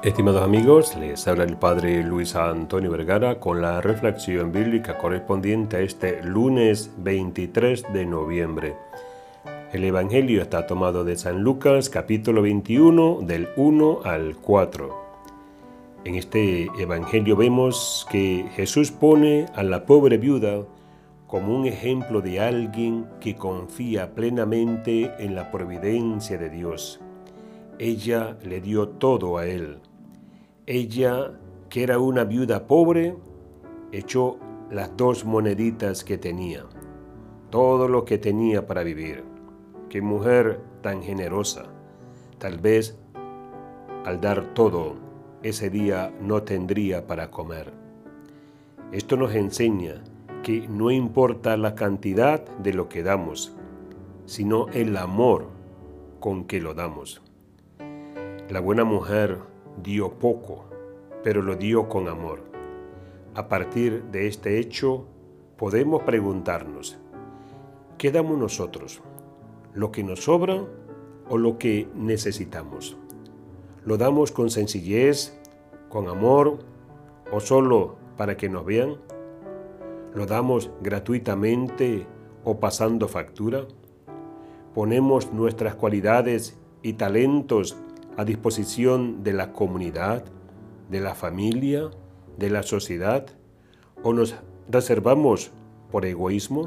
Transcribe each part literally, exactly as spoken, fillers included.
Estimados amigos, les habla el Padre Luis Antonio Vergara con la reflexión bíblica correspondiente a este lunes veintitrés de noviembre. El Evangelio está tomado de San Lucas, capítulo veintiuno, del uno al cuatro. En este Evangelio vemos que Jesús pone a la pobre viuda como un ejemplo de alguien que confía plenamente en la providencia de Dios. Ella le dio todo a él. Ella, que era una viuda pobre, echó las dos moneditas que tenía, todo lo que tenía para vivir. ¡Qué mujer tan generosa! Tal vez al dar todo, ese día no tendría para comer. Esto nos enseña que no importa la cantidad de lo que damos, sino el amor con que lo damos. La buena mujer dio poco, pero lo dio con amor. A partir de este hecho, podemos preguntarnos, ¿qué damos nosotros? ¿Lo que nos sobra o lo que necesitamos? ¿Lo damos con sencillez, con amor o solo para que nos vean? ¿Lo damos gratuitamente o pasando factura? ¿Ponemos nuestras cualidades y talentos a disposición de la comunidad, de la familia, de la sociedad, o nos reservamos por egoísmo?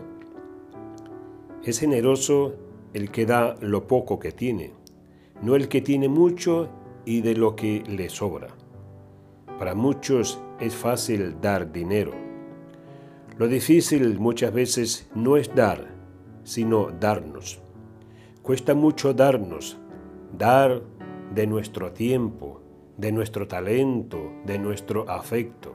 Es generoso el que da lo poco que tiene, no el que tiene mucho y de lo que le sobra. Para muchos es fácil dar dinero. Lo difícil muchas veces no es dar, sino darnos. Cuesta mucho darnos, dar de nuestro tiempo, de nuestro talento, de nuestro afecto.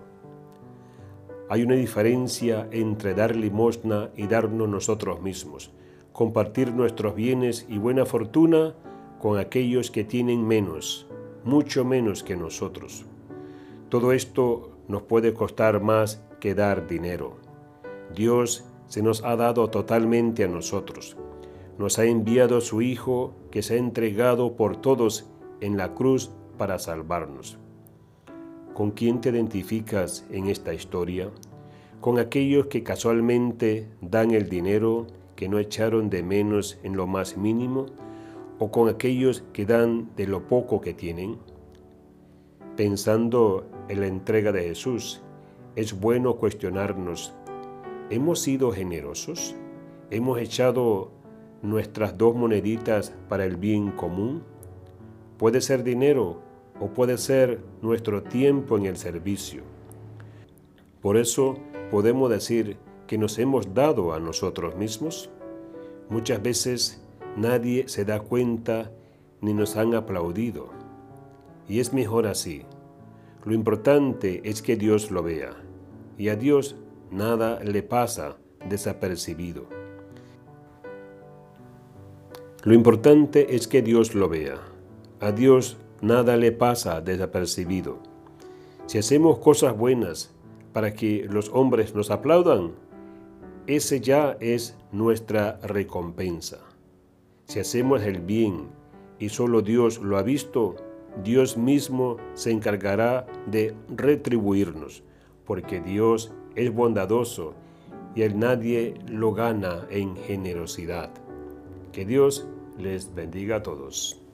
Hay una diferencia entre dar limosna y darnos nosotros mismos, compartir nuestros bienes y buena fortuna con aquellos que tienen menos, mucho menos que nosotros. Todo esto nos puede costar más que dar dinero. Dios se nos ha dado totalmente a nosotros. Nos ha enviado a su Hijo que se ha entregado por todos en la cruz para salvarnos. ¿Con quién te identificas en esta historia? ¿Con aquellos que casualmente dan el dinero que no echaron de menos en lo más mínimo? ¿O con aquellos que dan de lo poco que tienen? Pensando en la entrega de Jesús, es bueno cuestionarnos, ¿hemos sido generosos? ¿Hemos echado nuestras dos moneditas para el bien común? Puede ser dinero o puede ser nuestro tiempo en el servicio. Por eso podemos decir que nos hemos dado a nosotros mismos. Muchas veces nadie se da cuenta ni nos han aplaudido. Y es mejor así. Lo importante es que Dios lo vea. Y a Dios nada le pasa desapercibido. Lo importante es que Dios lo vea. A Dios nada le pasa desapercibido. Si hacemos cosas buenas para que los hombres nos aplaudan, ese ya es nuestra recompensa. Si hacemos el bien y solo Dios lo ha visto, Dios mismo se encargará de retribuirnos, porque Dios es bondadoso y él nadie lo gana en generosidad. Que Dios les bendiga a todos.